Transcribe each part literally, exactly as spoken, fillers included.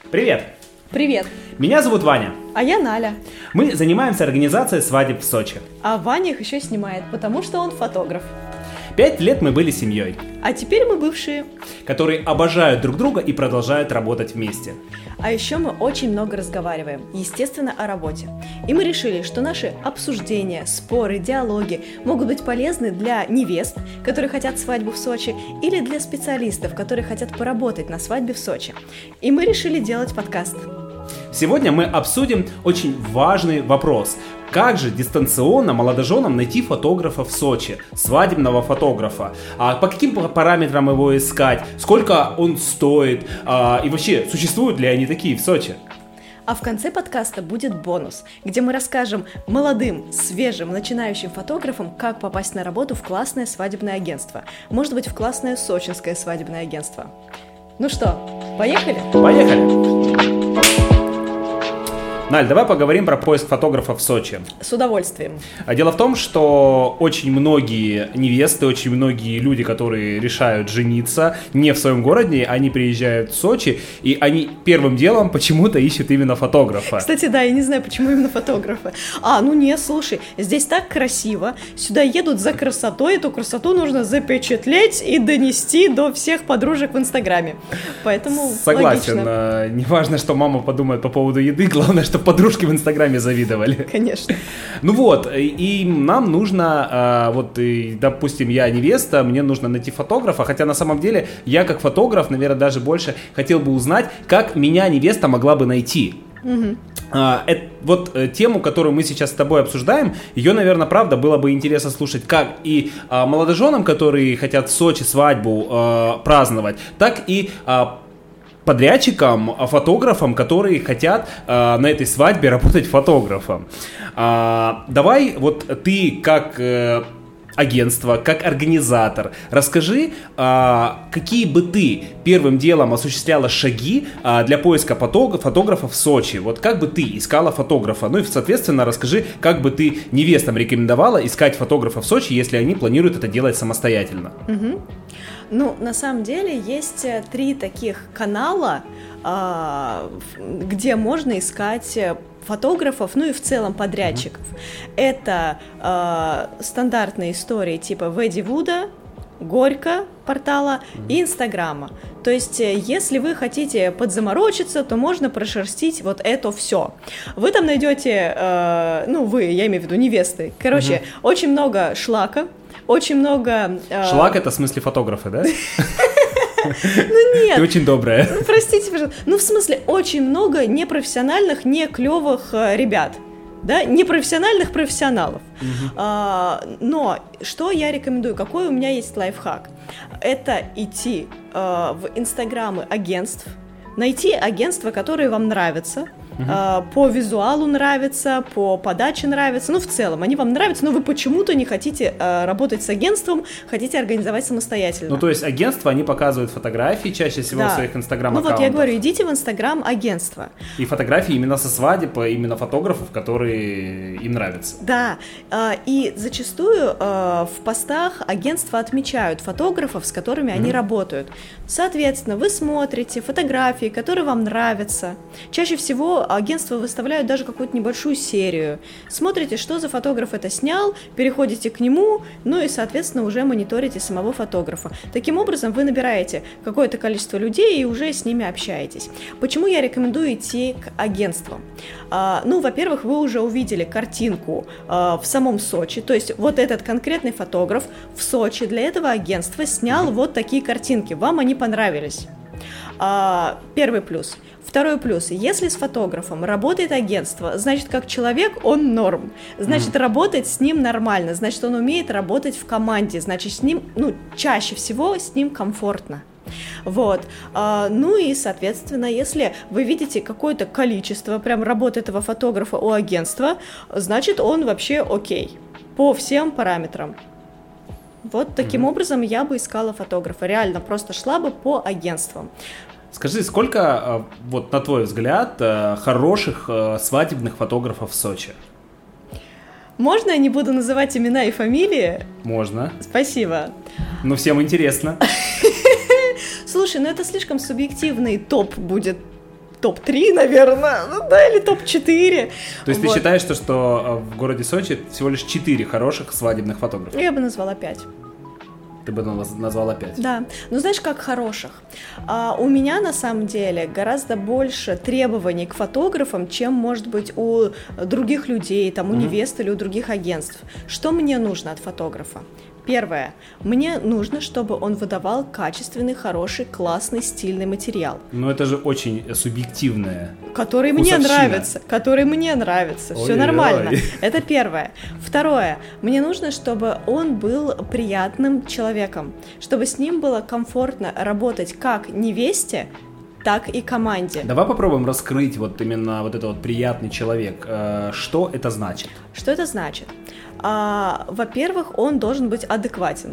Привет! Привет! Меня зовут Ваня. А я Наля. Мы занимаемся организацией свадеб в Сочи. А Ваня их еще снимает, потому что он фотограф. Пять лет мы были семьей. А теперь мы бывшие. Которые обожают друг друга и продолжают работать вместе. А еще мы очень много разговариваем, естественно, о работе. И мы решили, что наши обсуждения, споры, диалоги могут быть полезны для невест, которые хотят свадьбу в Сочи, или для специалистов, которые хотят поработать на свадьбе в Сочи. И мы решили делать подкаст. Сегодня мы обсудим очень важный вопрос. Как же дистанционно молодоженам найти фотографа в Сочи, свадебного фотографа? А по каким параметрам его искать? Сколько он стоит? А, и вообще, существуют ли они такие в Сочи? А в конце подкаста будет бонус, где мы расскажем молодым, свежим, начинающим фотографам, как попасть на работу в классное свадебное агентство. Может быть, в классное сочинское свадебное агентство. Ну что, поехали? Поехали! Наль, давай поговорим про поиск фотографа в Сочи. С удовольствием. Дело в том, что очень многие невесты, очень многие люди, которые решают жениться не в своем городе, они приезжают в Сочи, и они первым делом почему-то ищут именно фотографа. Кстати, да, я не знаю, почему именно фотографа. А, ну не, слушай, здесь так красиво, сюда едут за красотой, эту красоту нужно запечатлеть и донести до всех подружек в Инстаграме. Поэтому согласен. Логично. Неважно, что мама подумает по поводу еды, главное, что подружки в Инстаграме завидовали. Конечно. Ну вот, и нам нужно, вот, допустим, я невеста, мне нужно найти фотографа, хотя на самом деле я как фотограф, наверное, даже больше хотел бы узнать, как меня невеста могла бы найти. Угу. Это, вот тему, которую мы сейчас с тобой обсуждаем, ее, наверное, правда, было бы интересно слушать как и а, молодоженам, которые хотят в Сочи свадьбу а, праздновать, так и а, подрядчикам, фотографам, которые хотят а, на этой свадьбе работать фотографом. А, давай, вот ты как э, агентство, как организатор, расскажи, а, какие бы ты первым делом осуществляла шаги а, для поиска фотог- фотографа в Сочи. Вот как бы ты искала фотографа? Ну и, соответственно, расскажи, как бы ты невестам рекомендовала искать фотографа в Сочи, если они планируют это делать самостоятельно. Угу. Ну, на самом деле, есть три таких канала, где можно искать фотографов, ну и в целом подрядчиков. Mm-hmm. Это э, стандартные истории типа Веди Вуда, Горько портала и Инстаграма. То есть, если вы хотите подзаморочиться, то можно прошерстить вот это все. Вы там найдете, э, ну вы, я имею в виду невесты, короче, mm-hmm. очень много шлака, очень много... Э... Шлак — это в смысле фотографы, да? Ну нет. Ты очень добрая. Простите, пожалуйста. Ну, в смысле, очень много непрофессиональных, не клевых ребят. Да, непрофессиональных профессионалов. Uh-huh. А, но что я рекомендую? Какой у меня есть лайфхак? Это идти а, в инстаграмы агентств, найти агентства, которые вам нравятся. Uh-huh. По визуалу нравится, по подаче нравится, ну в целом они вам нравятся, но вы почему-то не хотите э, работать с агентством, хотите организовать самостоятельно. Ну то есть агентства, они показывают фотографии чаще всего да. в своих инстаграм-аккаунтах. Ну вот я говорю, идите в инстаграм агентства. И фотографии именно со свадеб, именно фотографов, которые им нравятся. Да, э, и зачастую э, в постах агентства отмечают фотографов, с которыми они mm-hmm. работают. Соответственно, вы смотрите фотографии, которые вам нравятся. Чаще всего агентства выставляют даже какую-то небольшую серию. Смотрите, что за фотограф это снял, переходите к нему, ну и, соответственно, уже мониторите самого фотографа. Таким образом, вы набираете какое-то количество людей и уже с ними общаетесь. Почему я рекомендую идти к агентствам? А, ну, во-первых, вы уже увидели картинку а, в самом Сочи, то есть вот этот конкретный фотограф в Сочи для этого агентства снял вот такие картинки, вам они понравились. А, первый плюс. Второй плюс. Если с фотографом работает агентство, значит, как человек он норм. Значит, mm. работать с ним нормально. Значит, он умеет работать в команде. Значит, с ним, ну, чаще всего с ним комфортно. Вот. А, ну и, соответственно, если вы видите какое-то количество прям работы этого фотографа у агентства, значит, он вообще окей. По всем параметрам. Вот таким mm-hmm. образом я бы искала фотографа. Реально, просто шла бы по агентствам. Скажи, сколько, вот на твой взгляд, хороших свадебных фотографов в Сочи? Можно я не буду называть имена и фамилии? Можно. Спасибо. Ну, всем интересно. Слушай, ну это слишком субъективный топ будет. топ три, наверное, ну, да, или топ четыре. То есть вот. Ты считаешь, что, что в городе Сочи всего лишь четыре хороших свадебных фотографа? Я бы назвала пять. Ты бы назвала пять. Да, ну знаешь, как хороших. А, у меня на самом деле гораздо больше требований к фотографам, чем может быть у других людей, там, у mm-hmm. невест или у других агентств. Что мне нужно от фотографа? Первое. Мне нужно, чтобы он выдавал качественный, хороший, классный, стильный материал. Ну это же очень субъективное. Который мне нравится. Который мне нравится. Все нормально. Это первое. Второе. Мне нужно, чтобы он был приятным человеком. Чтобы с ним было комфортно работать как невесте, так и команде. Давай попробуем раскрыть вот именно вот это вот приятный человек. Что это значит? Что это значит? А, во-первых, он должен быть адекватен.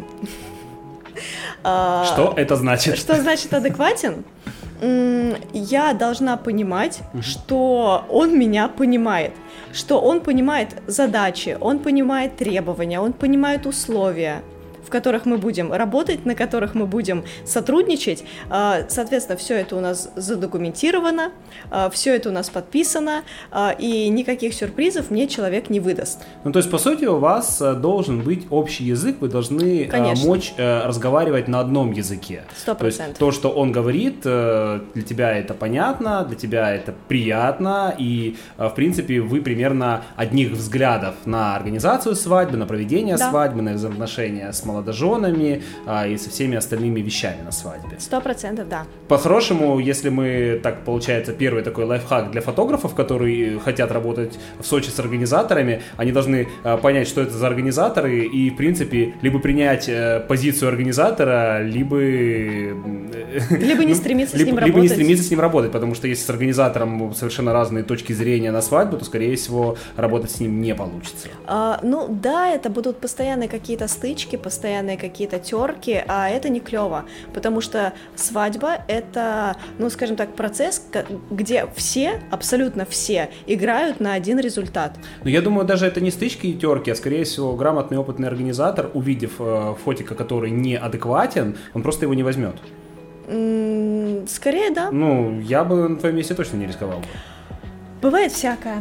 Что это значит? Что значит адекватен? Я должна понимать, что он меня понимает, что он понимает задачи, он понимает требования, он понимает условия, в которых мы будем работать, на которых мы будем сотрудничать. Соответственно, все это у нас задокументировано, все это у нас подписано, и никаких сюрпризов мне человек не выдаст. Ну, то есть, по сути, у вас должен быть общий язык, вы должны Конечно. мочь разговаривать на одном языке. Сто процентов. То есть, то, что он говорит, для тебя это понятно, для тебя это приятно, и, в принципе, вы примерно одних взглядов на организацию свадьбы, на проведение да. свадьбы, на взаимоотношения с молодоженами а, и со всеми остальными вещами на свадьбе. Сто процентов, да. По-хорошему, если мы, так получается, первый такой лайфхак для фотографов, которые хотят работать в Сочи с организаторами, они должны а, понять, что это за организаторы, и, в принципе, либо принять а, позицию организатора, либо... Либо не стремиться либо, с ним либо работать. не стремиться с ним работать, потому что если с организатором совершенно разные точки зрения на свадьбу, то, скорее всего, работать с ним не получится. А, ну, да, это будут постоянные какие-то стычки, постоянные постоянные какие-то терки, а это не клево, потому что свадьба — это, ну, скажем так, процесс, где все, абсолютно все играют на один результат. Но я думаю, даже это не стычки и терки, а, скорее всего, грамотный, опытный организатор, увидев э, фотика, который неадекватен, он просто его не возьмет. Mm, скорее, да. Ну, я бы на твоем месте точно не рисковал. Бывает всякое.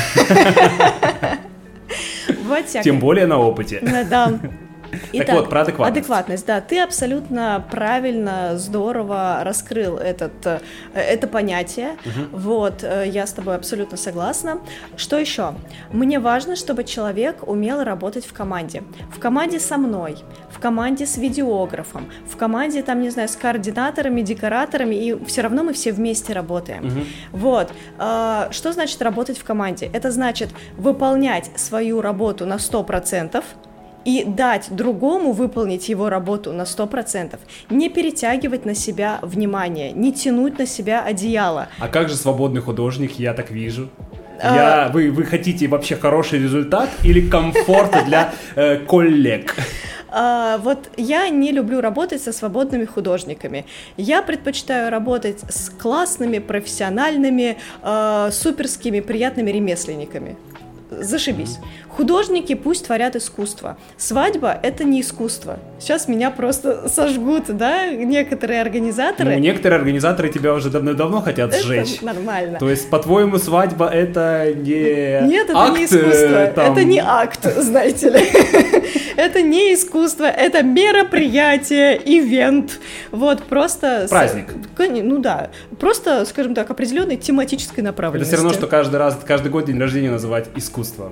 Бывает всякое. Тем более на опыте. Да. Итак, так вот, про адекватность. Адекватность, да. Ты абсолютно правильно, здорово раскрыл этот, это понятие. Угу. Вот, я с тобой абсолютно согласна. Что еще? Мне важно, чтобы человек умел работать в команде. В команде со мной, в команде с видеографом, в команде, там, не знаю, с координаторами, декораторами, и все равно мы все вместе работаем. Угу. Вот. Что значит работать в команде? Это значит выполнять свою работу на сто процентов, и дать другому выполнить его работу на сто процентов. Не перетягивать на себя внимание, не тянуть на себя одеяло. А как же свободный художник, я так вижу? Я, а... вы, вы хотите вообще хороший результат или комфорт для э, коллег? Uh, вот я не люблю работать со свободными художниками. Я предпочитаю работать с классными, профессиональными, uh, суперскими, приятными ремесленниками. Зашибись. Художники пусть творят искусство. Свадьба — это не искусство. Сейчас меня просто сожгут, да, некоторые организаторы. Ну, некоторые организаторы тебя уже давно-давно хотят это сжечь. Нормально. То есть, по-твоему, свадьба — это не Нет, это акт, не искусство. Там... Это не акт, знаете ли. Это не искусство, это мероприятие, ивент. Вот, просто... Праздник. Ну да. Просто, скажем так, определенной тематической направленности. Это все равно, что каждый раз, каждый год день рождения называть искусство.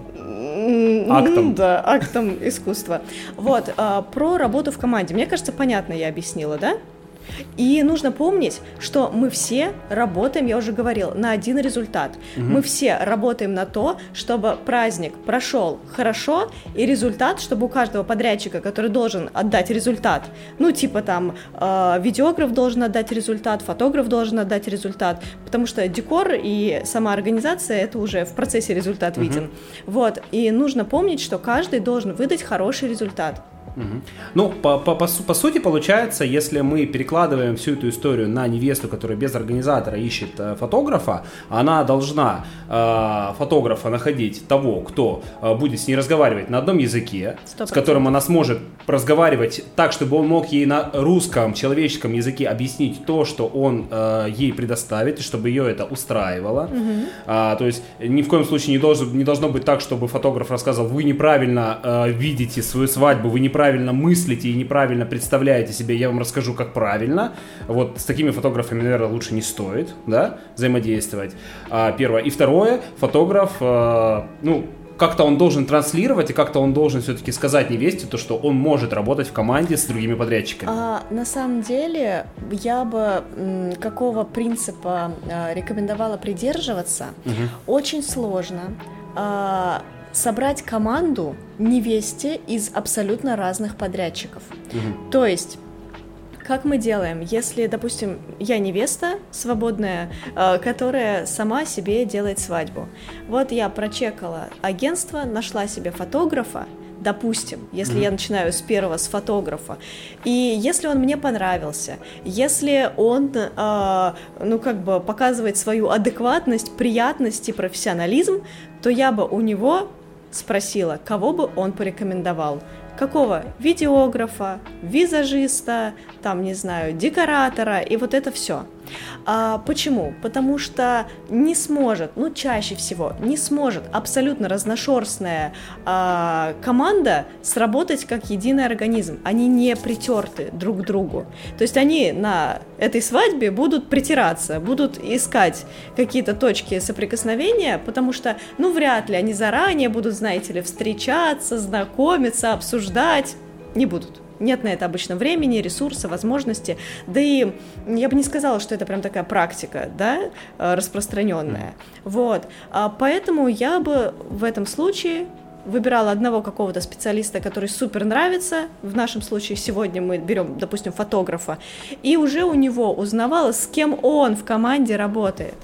Актом. Да, актом искусства. Вот, а, про работу в команде. Мне кажется, понятно я объяснила, да? И нужно помнить, что мы все работаем, я уже говорила, на один результат. Угу. Мы все работаем на то, чтобы праздник прошел хорошо, и результат, чтобы у каждого подрядчика, который должен отдать результат, ну, типа там, э, видеограф должен отдать результат, фотограф должен отдать результат, потому что декор и сама организация, это уже в процессе результат виден. Угу. Вот, и нужно помнить, что каждый должен выдать хороший результат. Угу. Ну, по, по, по, по сути, получается, если мы перекладываем всю эту историю на невесту, которая без организатора ищет э, фотографа, она должна э, фотографа находить того, кто э, будет с ней разговаривать на одном языке, сто процентов. С которым она сможет разговаривать так, чтобы он мог ей на русском, человеческом языке объяснить то, что он э, ей предоставит, и чтобы ее это устраивало. Угу. А, то есть ни в коем случае не, должен, не должно быть так, чтобы фотограф рассказывал: вы неправильно э, видите свою свадьбу, вы неправильно правильно мыслите и неправильно представляете себе, я вам расскажу, как правильно. Вот с такими фотографами, наверное, лучше не стоит, да, взаимодействовать. А, первое. И второе, фотограф, а, ну, как-то он должен транслировать и как-то он должен все-таки сказать невесте то, что он может работать в команде с другими подрядчиками. А, на самом деле, я бы м, какого принципа а, рекомендовала придерживаться? Угу. Очень сложно. А, собрать команду невесте из абсолютно разных подрядчиков. Угу. То есть, как мы делаем, если, допустим, я невеста свободная, э, которая сама себе делает свадьбу. Вот я прочекала агентство, нашла себе фотографа, допустим, если mm-hmm. я начинаю с первого, с фотографа, и если он мне понравился, если он, э, ну, как бы показывает свою адекватность, приятность и профессионализм, то я бы у него спросила, кого бы он порекомендовал. Какого? Видеографа, визажиста, там, не знаю, декоратора, и вот это все. А почему? Потому что не сможет, ну, чаще всего, не сможет абсолютно разношерстная а, команда сработать как единый организм. Они не притерты друг к другу. То есть они на этой свадьбе будут притираться, будут искать какие-то точки соприкосновения, потому что, ну, вряд ли они заранее будут, знаете ли, встречаться, знакомиться, обсуждать. Не будут. Нет на это обычно времени, ресурса, возможности, да и я бы не сказала, что это прям такая практика, да, распространенная, вот, поэтому я бы в этом случае выбирала одного какого-то специалиста, который супер нравится, в нашем случае сегодня мы берем, допустим, фотографа, и уже у него узнавала, с кем он в команде работает,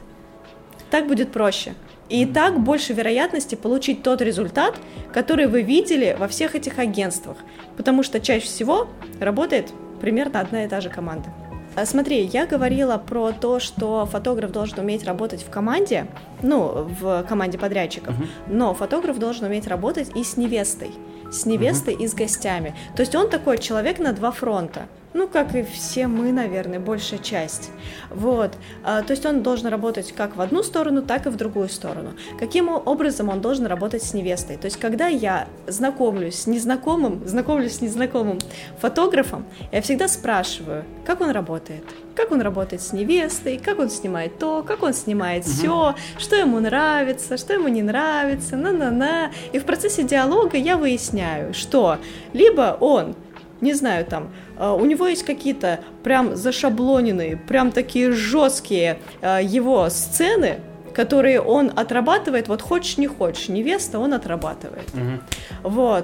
так будет проще. И так больше вероятности получить тот результат, который вы видели во всех этих агентствах, потому что чаще всего работает примерно одна и та же команда. Смотри, я говорила про то, что фотограф должен уметь работать в команде, ну, в команде подрядчиков, uh-huh. но фотограф должен уметь работать и с невестой, с невестой uh-huh. и с гостями. То есть он такой человек на два фронта. Ну, как и все мы, наверное, большая часть. Вот. А, то есть он должен работать как в одну сторону, так и в другую сторону. Каким образом он должен работать с невестой? То есть когда я знакомлюсь с незнакомым, знакомлюсь с незнакомым фотографом, я всегда спрашиваю, как он работает. Как он работает с невестой, как он снимает то, как он снимает угу. все, что ему нравится, что ему не нравится, на-на-на. И в процессе диалога я выясняю, что либо он, не знаю, там, у него есть какие-то прям зашаблоненные, прям такие жесткие его сцены, которые он отрабатывает, вот хочешь не хочешь, невеста он отрабатывает. Угу. Вот.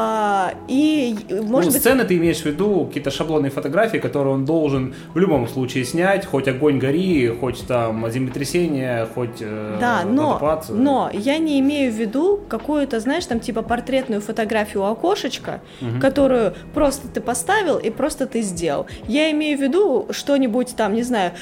А, и, может ну, быть... сцены ты имеешь в виду какие-то шаблонные фотографии, которые он должен в любом случае снять, хоть огонь гори, хоть там землетрясение, хоть да, но, водопад. Но я не имею в виду какую-то, знаешь, там типа портретную фотографию окошечка, угу. которую просто ты поставил и просто ты сделал. Я имею в виду что-нибудь там, не знаю,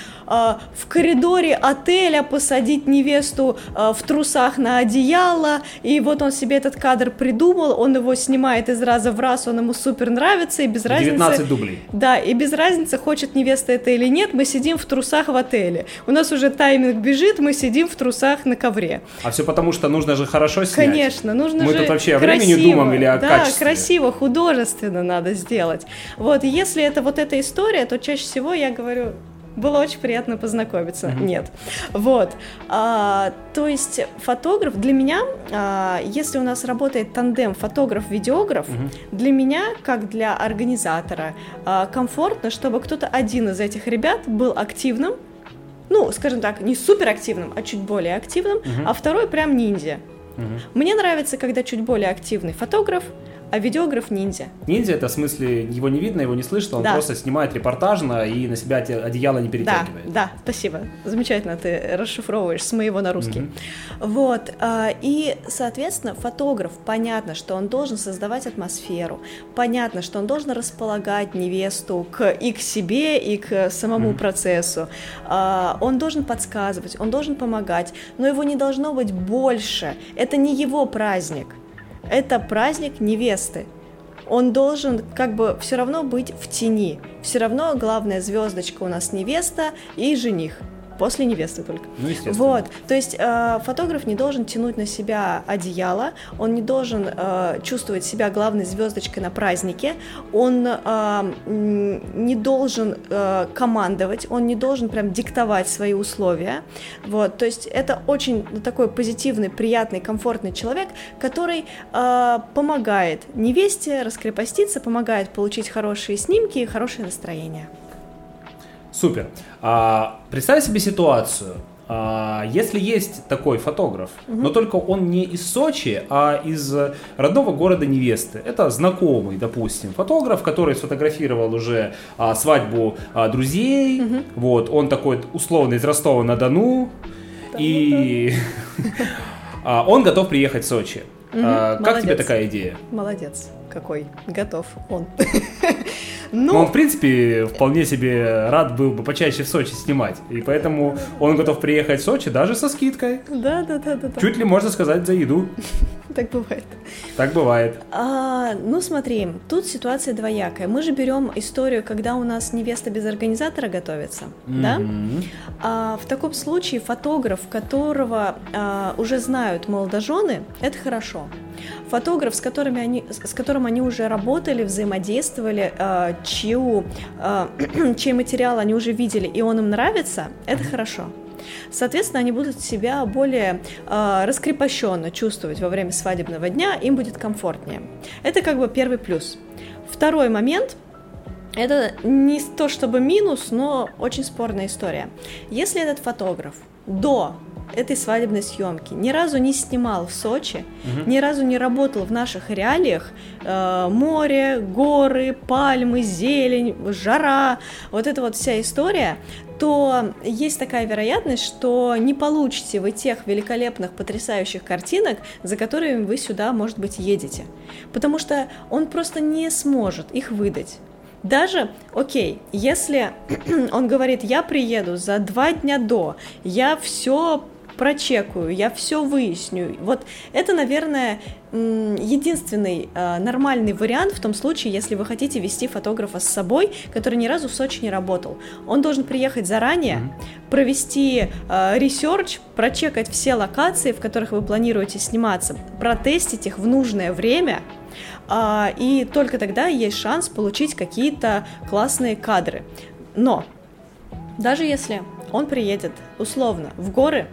в коридоре отеля посадить невесту э, в трусах на одеяло, и вот он себе этот кадр придумал, он его снимает из раза в раз, он ему супер нравится, и без разницы... девятнадцать дублей. Да, и без разницы, хочет невеста это или нет, мы сидим в трусах в отеле. У нас уже тайминг бежит, мы сидим в трусах на ковре. А все потому, что нужно же хорошо снять. Конечно, нужно мы же Мы тут вообще красиво, о времени думаем или о да, качестве? Да, красиво, художественно надо сделать. Вот, и если это вот эта история, то чаще всего я говорю... Было очень приятно познакомиться. Mm-hmm. Нет. Вот. А, то есть фотограф для меня, а, если у нас работает тандем фотограф-видеограф, mm-hmm. для меня, как для организатора, а, комфортно, чтобы кто-то один из этих ребят был активным, ну, скажем так, не суперактивным, а чуть более активным, mm-hmm. а второй прям ниндзя. Mm-hmm. Мне нравится, когда чуть более активный фотограф, а видеограф ниндзя. Ниндзя — это в смысле его не видно, его не слышно, он да. просто снимает репортажно и на себя одеяло не перетягивает. Да, да, спасибо. Замечательно ты расшифровываешь с моего на русский. Mm-hmm. Вот, и, соответственно, фотограф, понятно, что он должен создавать атмосферу, понятно, что он должен располагать невесту к, и к себе, и к самому mm-hmm. процессу, он должен подсказывать, он должен помогать, но его не должно быть больше, это не его праздник, это праздник невесты. Он должен как бы все равно быть в тени. Все равно главная звездочка у нас невеста и жених. После невесты только. Ну, естественно. Вот, то есть э, фотограф не должен тянуть на себя одеяло, он не должен э, чувствовать себя главной звездочкой на празднике, он э, не должен э, командовать, он не должен прям диктовать свои условия. Вот, то есть это очень такой позитивный, приятный, комфортный человек, который э, помогает невесте раскрепоститься, помогает получить хорошие снимки и хорошее настроение. Супер. А, представь себе ситуацию. А, если есть такой фотограф, угу. но только он не из Сочи, а из родного города невесты. Это знакомый, допустим, фотограф, который сфотографировал уже а, свадьбу а, друзей. Угу. Вот, он такой условно из Ростова-на-Дону. И он готов приехать в Сочи. Как тебе такая идея? Молодец. Какой? Готов он. Ну, он, в принципе, вполне себе рад был бы почаще в Сочи снимать. И поэтому он готов приехать в Сочи даже со скидкой. Да, да, да, да. Чуть ли, можно сказать, за еду. Так бывает. Так бывает. А, ну, смотри, тут ситуация двоякая. Мы же берем историю, когда у нас невеста без организатора готовится, mm-hmm. да? А, в таком случае фотограф, которого а, уже знают молодожены, это хорошо. Фотограф, с, которыми они, с которым они уже работали, взаимодействовали, а, чью, а, чей материал они уже видели, и он им нравится, это mm-hmm. хорошо. Соответственно, они будут себя более э, раскрепощенно чувствовать во время свадебного дня, им будет комфортнее. Это как бы первый плюс. Второй момент, это не то чтобы минус, но очень спорная история. Если этот фотограф до этой свадебной съемки ни разу не снимал в Сочи, угу. ни разу не работал в наших реалиях, э, море, горы, пальмы, зелень, жара, вот эта вот вся история, то есть такая вероятность, что не получите вы тех великолепных, потрясающих картинок, за которыми вы сюда, может быть, едете. Потому что он просто не сможет их выдать. Даже, окей, если он говорит, я приеду за два дня до, я все прочекаю, я все выясню. Вот это, наверное, единственный э, нормальный вариант в том случае, если вы хотите вести фотографа с собой, который ни разу в Сочи не работал. Он должен приехать заранее, mm-hmm. провести э, ресерч, прочекать все локации, в которых вы планируете сниматься, протестить их в нужное время, э, и только тогда есть шанс получить какие-то классные кадры. Но даже если он приедет условно в горы,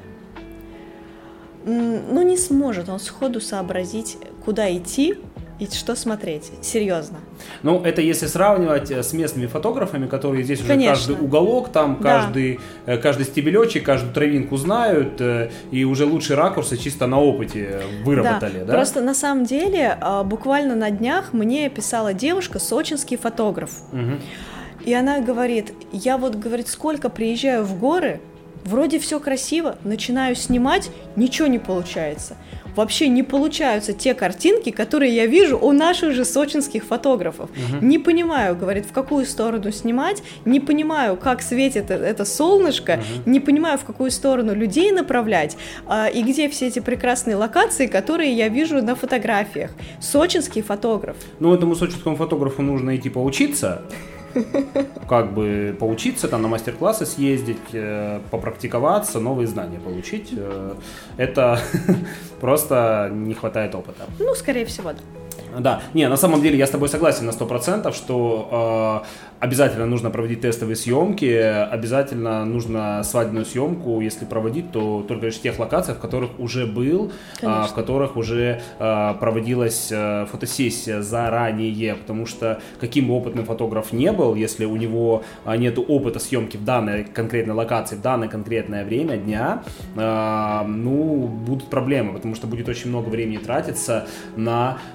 ну, не сможет он сходу сообразить, куда идти и что смотреть. Серьезно. Ну, это если сравнивать с местными фотографами, которые здесь уже Конечно. Каждый уголок, там да. каждый, каждый стебелечек, каждую травинку знают, и уже лучшие ракурсы чисто на опыте выработали, да? да? Просто на самом деле, буквально на днях мне писала девушка, сочинский фотограф. Угу. И она говорит, я вот, говорит, сколько приезжаю в горы, вроде все красиво, начинаю снимать, ничего не получается. Вообще не получаются те картинки, которые я вижу у наших же сочинских фотографов. Угу. Не понимаю, говорит, в какую сторону снимать, не понимаю, как светит это солнышко, угу. не понимаю, в какую сторону людей направлять, а, и где все эти прекрасные локации, которые я вижу на фотографиях. Сочинский фотограф. Ну, этому сочинскому фотографу нужно идти поучиться. Как бы поучиться, там на мастер-классы съездить, э, попрактиковаться, новые знания получить. Э, это просто не хватает опыта. Ну, скорее всего, да. Да, не, на самом деле я с тобой согласен на сто процентов, что э, обязательно нужно проводить тестовые съемки, обязательно нужно свадебную съемку, если проводить, то только лишь в тех локациях, в которых уже был, э, в которых уже э, проводилась э, фотосессия заранее, потому что каким бы опытным фотограф не был, если у него э, нет опыта съемки в данной конкретной локации, в данное конкретное время дня, э, ну, будут проблемы, потому что будет очень много времени тратиться на э, всевозможные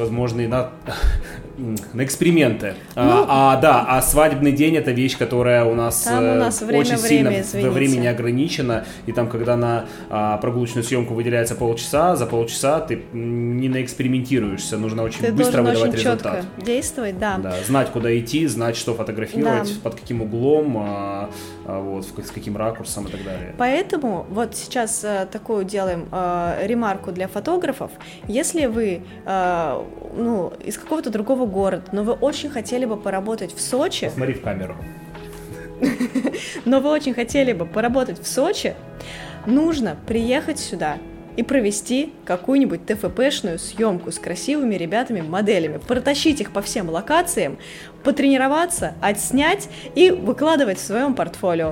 возможные на, на эксперименты. Ну, а, а, да, а свадебный день — это вещь, которая у нас, там у нас время, очень время, сильно во времени ограничена. И там, когда на а, прогулочную съемку выделяется полчаса, за полчаса ты не наэкспериментируешься. Нужно очень ты быстро выдавать очень результат. Четко действовать, да. Да. Знать, куда идти, знать, что фотографировать, да. под каким углом, а, а, вот, с каким ракурсом и так далее. Поэтому вот сейчас а, такую делаем а, ремарку для фотографов. Если вы а, ну, из какого-то другого города, но вы очень хотели бы поработать в Сочи... Посмотри в камеру. Но вы очень хотели бы поработать в Сочи, нужно приехать сюда и провести какую-нибудь ТФПшную съемку с красивыми ребятами-моделями, протащить их по всем локациям, потренироваться, отснять и выкладывать в своем портфолио.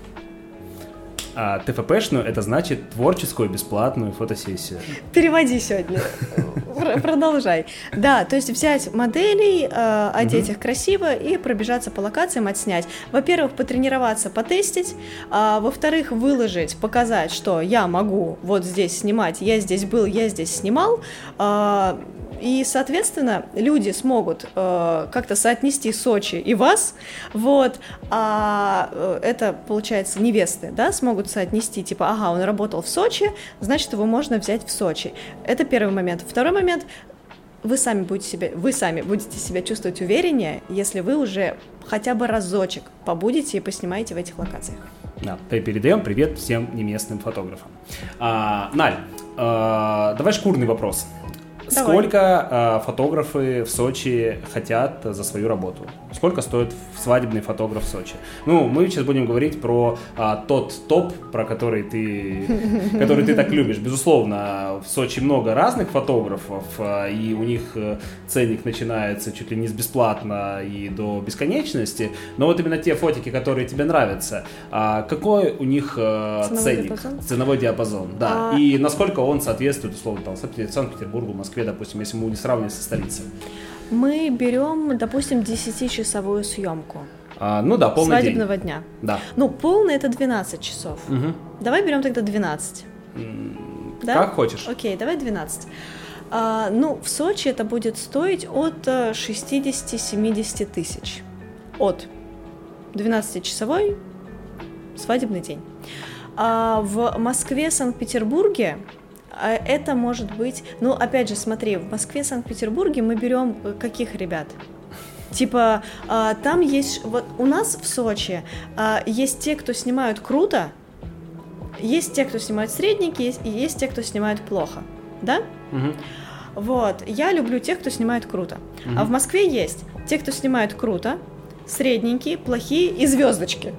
А ТФПшную — это значит творческую бесплатную фотосессию. Переводи сегодня. Продолжай. Да, то есть взять моделей, э, одеть их красиво и пробежаться по локациям, отснять. Во-первых, потренироваться, потестить. А, во-вторых, выложить, показать, что я могу вот здесь снимать, я здесь был, я здесь снимал. А, И, соответственно, люди смогут э, как-то соотнести Сочи и вас, вот, а э, это, получается, невесты, да, смогут соотнести, типа, ага, он работал в Сочи, значит, его можно взять в Сочи. Это первый момент. Второй момент, вы сами будете себя, вы сами будете себя чувствовать увереннее, если вы уже хотя бы разочек побудете и поснимаете в этих локациях. Да, передаем привет всем неместным фотографам. А, Наль, а, давай шкурный вопрос. Давай. Сколько э, фотографы в Сочи хотят за свою работу? Сколько стоит свадебный фотограф в Сочи? Ну, мы сейчас будем говорить про э, тот топ, про который ты, который ты так любишь. Безусловно, в Сочи много разных фотографов, э, и у них э, ценник начинается чуть ли не с бесплатно и до бесконечности. Но вот именно те фотики, которые тебе нравятся, э, какой у них э, ценовой ценник, диапазон? ценовой диапазон, да, А... и насколько он соответствует, условно, там, Санкт-Петербургу, Москве, допустим, если мы будем сравнивать со столицей? Мы берем, допустим, десятичасовую съемку. А, ну да, полный свадебного день. дня. Да. Ну, полный — это двенадцать часов. Угу. Давай берем тогда двенадцать. М- Да? Как хочешь. Окей, давай двенадцать. А, ну, в Сочи это будет стоить от шестьдесят-семьдесят тысяч. От двенадцатичасовой свадебный день. А в Москве, Санкт-Петербурге это может быть... Ну, опять же, смотри, в Москве, Санкт-Петербурге мы берем каких ребят? Типа, там есть... Вот у нас в Сочи есть те, кто снимают круто, есть те, кто снимают средненькие, есть, и есть те, кто снимают плохо. Да? Угу. Вот. Я люблю тех, кто снимает круто. Угу. А в Москве есть те, кто снимают круто, средненькие, плохие и звездочки.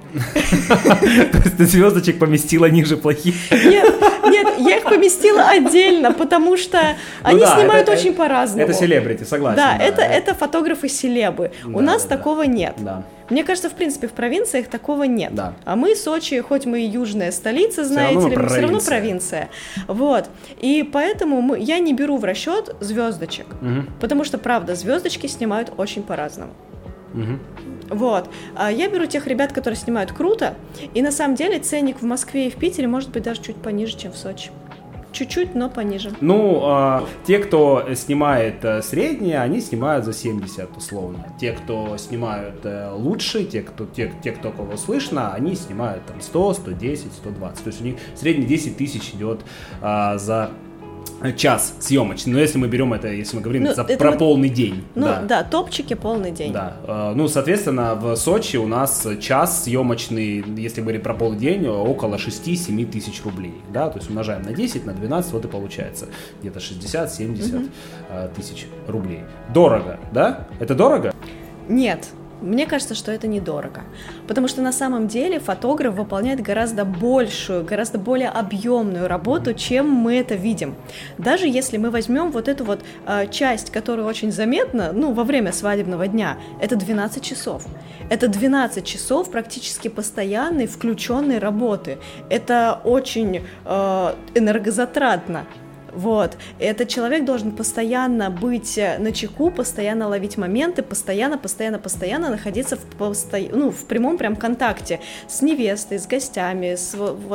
То есть ты звездочек поместила ниже плохих? Нет, нет, я их поместила отдельно, потому что они ну да, снимают это, очень по-разному. Это селебрити, согласен. Да, да, это, это... это фотографы-селебы. Да, У нас да, такого да. нет. Да. Мне кажется, в принципе, в провинциях такого нет. Да. А мы, Сочи, хоть мы и южная столица, знаете ли, мы все равно провинция. Вот. И поэтому мы, я не беру в расчет звездочек, угу. потому что, правда, звездочки снимают очень по-разному. Угу. Вот. Я беру тех ребят, которые снимают круто, и на самом деле ценник в Москве и в Питере может быть даже чуть пониже, чем в Сочи. Чуть-чуть, но пониже. Ну, а, те, кто снимает а, среднее, они снимают за семьдесят, условно. Те, кто снимают а, лучше, те, кто, те, те, кто кого слышно, они снимают там сто, сто десять, сто двадцать. То есть у них средний десять тысяч идет а, за час съемочный. Но если мы берем это, если мы говорим ну, за, про мы... полный день. Ну да. да, топчики полный день. Да. Ну, соответственно, в Сочи у нас час съемочный, если говорить про полный день, около шесть-семь тысяч рублей. Да? То есть умножаем на десять, на двенадцать, вот и получается где-то шестьдесят-семьдесят угу. тысяч рублей. Дорого, да? Это дорого? Нет. Мне кажется, что это недорого, потому что на самом деле фотограф выполняет гораздо большую, гораздо более объемную работу, чем мы это видим. Даже если мы возьмем вот эту вот э, часть, которая очень заметна, ну, во время свадебного дня, это двенадцать часов. Это двенадцать часов практически постоянной включенной работы. Это очень э, энергозатратно. Вот. Этот человек должен постоянно быть начеку, постоянно ловить моменты, постоянно, постоянно, постоянно находиться в, посто... ну, в прямом прям контакте с невестой, с гостями, с вот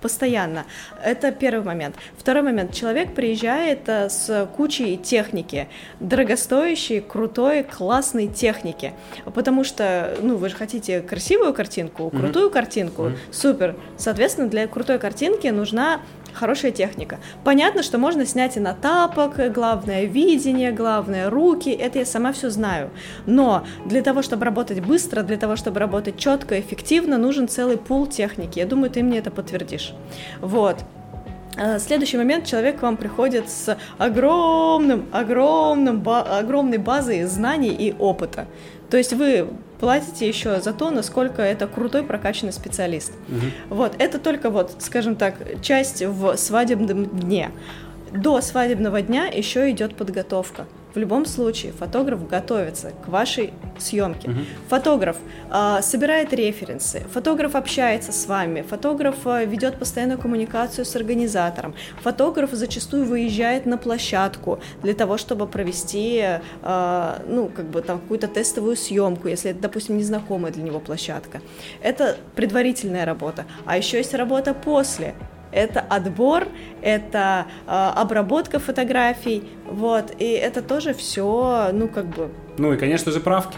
постоянно. Это первый момент. Второй момент. Человек приезжает а, с кучей техники, дорогостоящей, крутой, классной техники, потому что, ну, вы же хотите красивую картинку, крутую mm-hmm. картинку, mm-hmm. супер. Соответственно, для крутой картинки нужна хорошая техника. Понятно, что можно снять и на тапок, главное видение, главное руки, это я сама все знаю. Но для того, чтобы работать быстро, для того, чтобы работать четко, эффективно, нужен целый пул техники. Я думаю, ты мне это подтвердишь. Вот. Следующий момент, человек к вам приходит с огромным, огромным, ба- огромной базой знаний и опыта. То есть вы платите еще за то, насколько это крутой прокачанный специалист. Угу. Вот, это только вот, скажем так, часть в свадебном дне. До свадебного дня еще идет подготовка. В любом случае фотограф готовится к вашей съемке. Uh-huh. Фотограф э, собирает референсы, фотограф общается с вами, фотограф э, ведет постоянную коммуникацию с организатором, фотограф зачастую выезжает на площадку для того, чтобы провести э, ну, как бы там какую-то тестовую съемку, если это, допустим, незнакомая для него площадка. Это предварительная работа. А еще есть работа после. Это отбор, это э, обработка фотографий, вот, и это тоже все, ну, как бы... Ну и, конечно же, правки.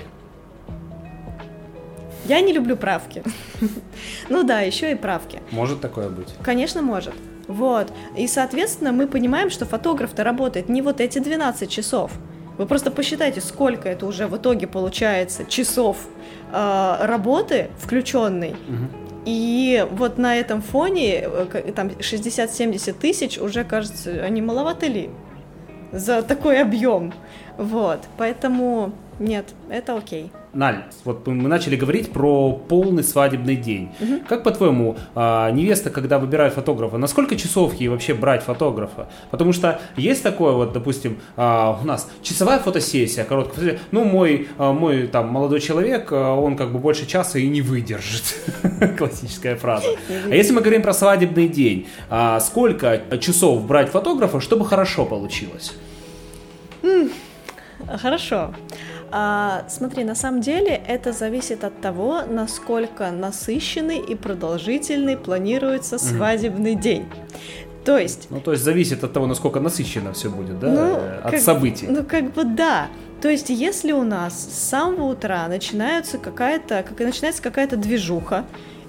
Я не люблю правки. Ну да, еще и правки. Может такое быть? Конечно, может. Вот, и, соответственно, мы понимаем, что фотограф-то работает не вот эти двенадцать часов. Вы просто посчитайте, сколько это уже в итоге получается часов э, работы включенной. Угу. И вот на этом фоне там шестьдесят-семьдесят тысяч уже, кажется, они маловато ли за такой объем. Вот, поэтому нет, это окей. Наль, вот мы начали говорить про полный свадебный день. Угу. Как, по-твоему, невеста, когда выбирает фотографа, на сколько часов ей вообще брать фотографа? Потому что есть такое, вот, допустим, у нас часовая фотосессия, короткая, ну, мой, мой там молодой человек, он как бы больше часа и не выдержит. Классическая фраза. А если мы говорим про свадебный день, сколько часов брать фотографа, чтобы хорошо получилось? Хорошо. А, смотри, на самом деле это зависит от того, насколько насыщенный и продолжительный планируется свадебный mm-hmm. день. То есть... Ну, то есть зависит от того, насколько насыщенно все будет, да, ну, от как, событий. Ну, как бы да. То есть если у нас с самого утра начинается какая-то, как, начинается какая-то движуха,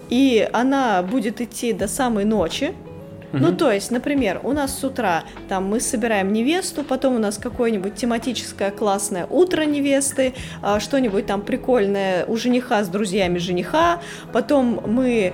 и она будет идти до самой ночи, Ну, то есть, например, у нас с утра там мы собираем невесту, потом у нас какое-нибудь тематическое классное утро невесты, что-нибудь там прикольное у жениха с друзьями жениха, потом мы,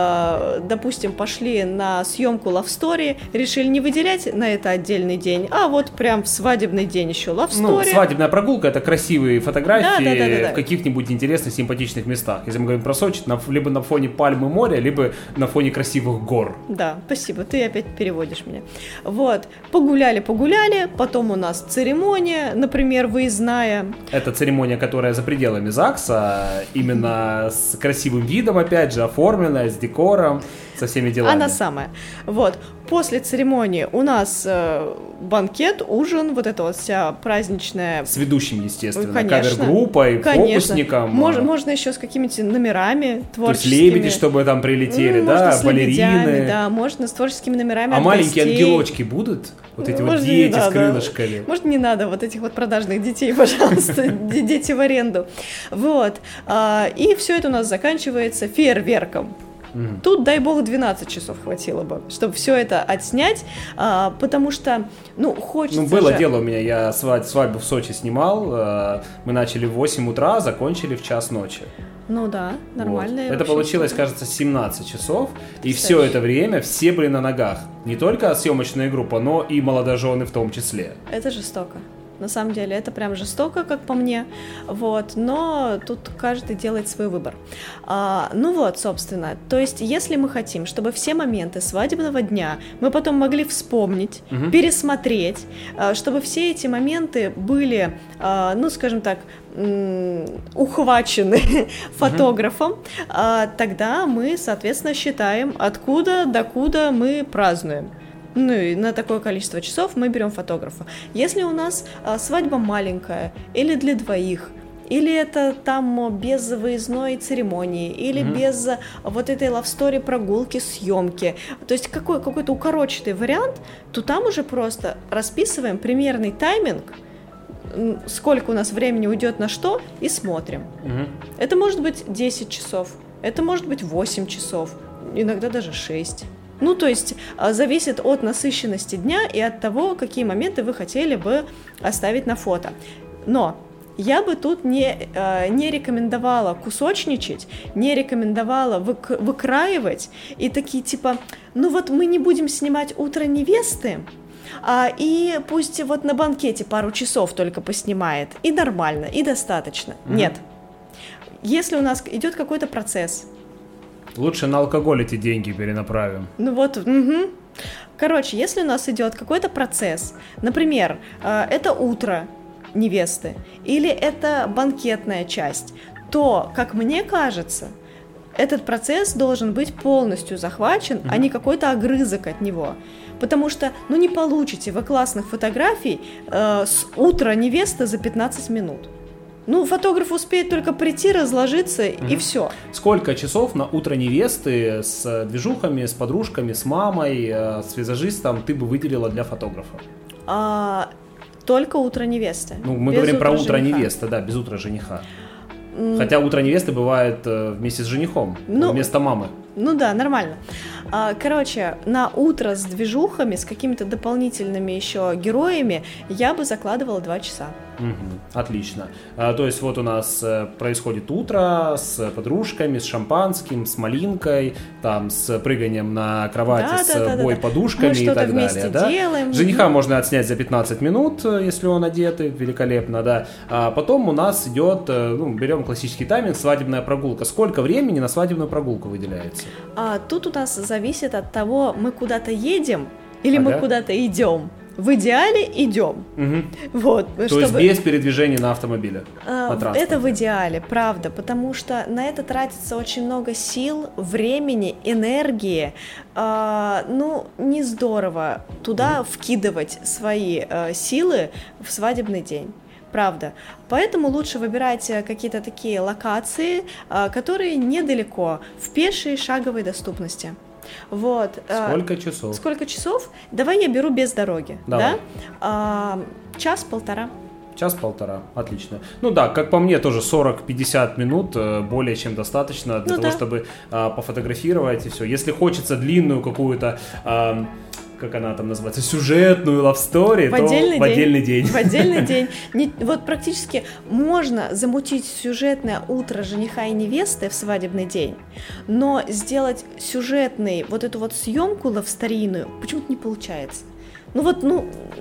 допустим, пошли на съемку Love Story, решили не выделять на это отдельный день, а вот прям в свадебный день еще Love Story. Ну, свадебная прогулка — это красивые фотографии да, да, да, да, да. в каких-нибудь интересных, симпатичных местах. Если мы говорим про Сочи, либо на фоне пальмы моря, либо на фоне красивых гор. Да, спасибо, ты опять переводишь меня. Вот, погуляли-погуляли, потом у нас церемония, например, выездная. Это церемония, которая за пределами ЗАГСа, именно с красивым видом, опять же, оформленная, с декором, со всеми делами. Она самая. Вот, после церемонии у нас э, банкет, ужин, вот эта вот вся праздничная... С ведущим, естественно, конечно, кавер-группой, конечно. фокусником. Можно, можно еще с какими-то номерами творческими. То есть лебеди, чтобы там прилетели, ну, да, можно с балерины. Лебедями, да, можно с творческими номерами А от маленькие гостей. ангелочки будут? Вот эти Может, вот дети с крылышками. Может, не надо вот этих вот продажных детей, пожалуйста, дети в аренду. Вот. И все это у нас заканчивается фейерверком. Mm. Тут, дай бог, двенадцать часов хватило бы, чтобы все это отснять, а, потому что, ну, хочется Ну, было же... дело у меня, я свадьбу в Сочи снимал, а, мы начали в восемь утра, закончили в час ночи. Ну да, нормально. Вот. Это получилось, супер. Кажется, семнадцать часов, и Кстати. Все это время все были на ногах. Не только съемочная группа, но и молодожены в том числе. Это жестоко. На самом деле, это прям жестоко, как по мне, вот, но тут каждый делает свой выбор. А, ну вот, собственно, то есть, если мы хотим, чтобы все моменты свадебного дня мы потом могли вспомнить, угу. пересмотреть, чтобы все эти моменты были, ну, скажем так, ухвачены uh-huh. фотографом, тогда мы, соответственно, считаем, откуда докуда мы празднуем. Ну и на такое количество часов мы берем фотографа. Если у нас а, свадьба маленькая или для двоих, или это там без выездной церемонии, или mm-hmm. без вот этой лавстори прогулки, съемки, то есть какой, какой-то укороченный вариант, то там уже просто расписываем примерный тайминг, сколько у нас времени уйдет на что, и смотрим. Mm-hmm. Это может быть десять часов, это может быть восемь часов, иногда даже шесть. Ну, то есть зависит от насыщенности дня и от того, какие моменты вы хотели бы оставить на фото. Но я бы тут не, не рекомендовала кусочничать, не рекомендовала вык- выкраивать и такие типа, ну вот мы не будем снимать утро невесты, а, и пусть вот на банкете пару часов только поснимает, и нормально, и достаточно. Mm-hmm. Нет. Если у нас идет какой-то процесс, лучше на алкоголь эти деньги перенаправим. Ну вот, угу. Короче, если у нас идет какой-то процесс, например, это утро невесты или это банкетная часть, то, как мне кажется, этот процесс должен быть полностью захвачен, mm-hmm. а не какой-то огрызок от него. Потому что, ну, не получите вы классных фотографий э, с утра невесты за пятнадцать минут. Ну, фотограф успеет только прийти, разложиться, mm-hmm. и все. Сколько часов на утро невесты с движухами, с подружками, с мамой, с визажистом ты бы выделила для фотографа? А, только утро невесты. Ну, мы без говорим про утро жениха. невесты, да, без утра жениха. Mm. Хотя утро невесты бывает вместе с женихом, ну, вместо мамы. Ну да, нормально. Короче, на утро с движухами, с какими-то дополнительными еще героями я бы закладывала два часа. Угу, отлично. А, то есть вот у нас происходит утро с подружками, с шампанским, с малинкой, там с прыганием на кровати да, с да, да, бой-подушками и так далее. Да? Делаем. Жениха можно отснять за пятнадцать минут, если он одетый, великолепно, да. А потом у нас идет, ну, берем классический тайминг, свадебная прогулка. Сколько времени на свадебную прогулку выделяется? А, тут у нас зависит от того, мы куда-то едем или ага. мы куда-то идем. В идеале идем. Угу. Вот, То чтобы... есть без передвижения на автомобиле? А, на это в идеале, правда, потому что на это тратится очень много сил, времени, энергии. А, ну, не здорово туда угу. вкидывать свои а, силы в свадебный день. Правда. Поэтому лучше выбирать какие-то такие локации, а, которые недалеко, в пешей шаговой доступности. Вот. Сколько часов? Сколько часов? Давай я беру без дороги. Давай. Да? А, час-полтора. Час-полтора, отлично. Ну да, как по мне, тоже сорок-пятьдесят минут более чем достаточно для ну, того, да. чтобы а, пофотографировать и все. Если хочется длинную какую-то... А, как она там называется, сюжетную лавстори, то отдельный в отдельный день. В отдельный день. Не, вот практически можно замутить сюжетное утро жениха и невесты в свадебный день, но сделать сюжетный, вот эту вот съемку лавсторийную почему-то не получается. Ну вот, ну,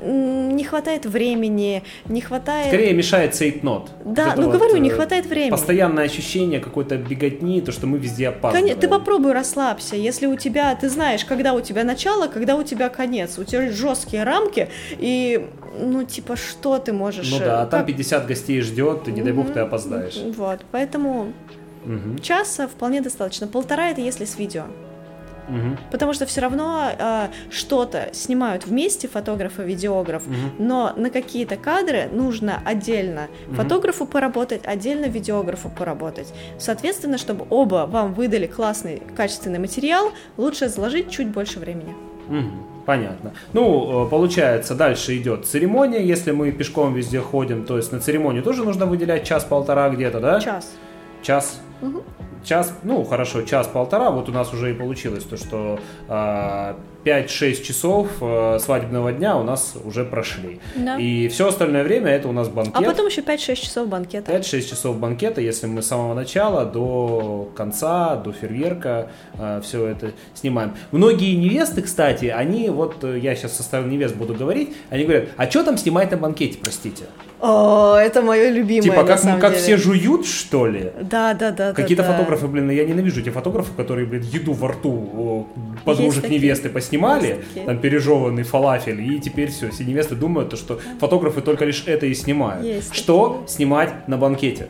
не хватает времени, не хватает... Скорее мешает цейтнот. Да, вот ну вот говорю, не хватает времени. Постоянное ощущение какой-то беготни, то, что мы везде опаздываем. Конечно, ты попробуй расслабься, если у тебя, ты знаешь, когда у тебя начало, когда у тебя конец, у тебя жесткие рамки, и, ну, типа, что ты можешь... Ну да, а там как... пятьдесят гостей ждет, и не дай бог ты опоздаешь. Вот, поэтому угу. часа вполне достаточно, полтора это если с видео. Угу. Потому что все равно э, что-то снимают вместе фотограф и видеограф, угу. но на какие-то кадры нужно отдельно угу. фотографу поработать, отдельно видеографу поработать. Соответственно, чтобы оба вам выдали классный, качественный материал, лучше заложить чуть больше времени. Угу. Понятно. Ну, получается, дальше идет церемония, если мы пешком везде ходим, то есть на церемонию тоже нужно выделять час-полтора где-то, да? Час. Час? Угу. Час, ну хорошо, час-полтора, вот у нас уже и получилось то, что э, пять-шесть часов э, свадебного дня у нас уже прошли. Да. И все остальное время это у нас банкет. А потом еще пять-шесть часов банкета. пять-шесть часов банкета, если мы с самого начала до конца, до фейерверка э, все это снимаем. Многие невесты, кстати, они, вот я сейчас со стороны невест буду говорить, они говорят, а что там снимать на банкете, простите? О, это мое любимое. Типа, как, на самом как деле. все жуют, что ли? Да, да, да. Какие-то да, фотографы, блин, я ненавижу эти фотографы, которые, блин, еду во рту подружек невесты поснимали, там пережеванный фалафель, и теперь все, все невесты думают, что фотографы только лишь это и снимают. Есть что такие. Снимать на банкете?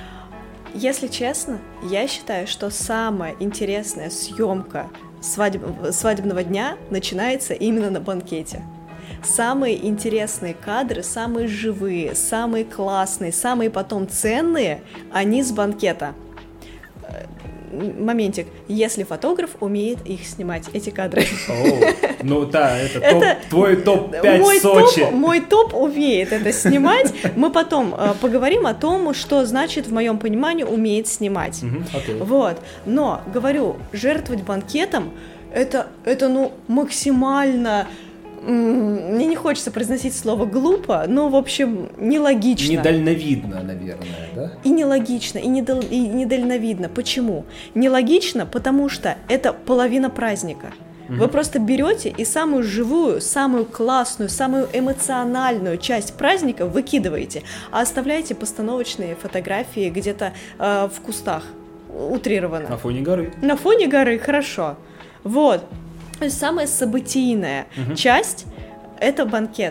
Если честно, я считаю, что самая интересная съемка свадеб... свадебного дня начинается именно на банкете. самые интересные кадры, самые живые, самые классные, самые потом ценные, они с банкета. Моментик, если фотограф умеет их снимать, эти кадры. О, ну да, это, топ, это твой топ пять мой Сочи. Топ, мой топ умеет это снимать. Мы потом э, поговорим о том, что значит, в моем понимании, умеет снимать. Угу, окей. Вот. Но, говорю, жертвовать банкетом, это, это ну, максимально... Мне не хочется произносить слово «глупо», но, в общем, нелогично. Недальновидно, наверное, да? И нелогично, и, недал... и недальновидно. Почему? Нелогично, потому что это половина праздника. Mm-hmm. Вы просто берете и самую живую, самую классную, самую эмоциональную часть праздника выкидываете, а оставляете постановочные фотографии где-то э, в кустах, утрированно. На фоне горы. На фоне горы, хорошо. Вот. То есть самая событийная uh-huh. часть – это банкет.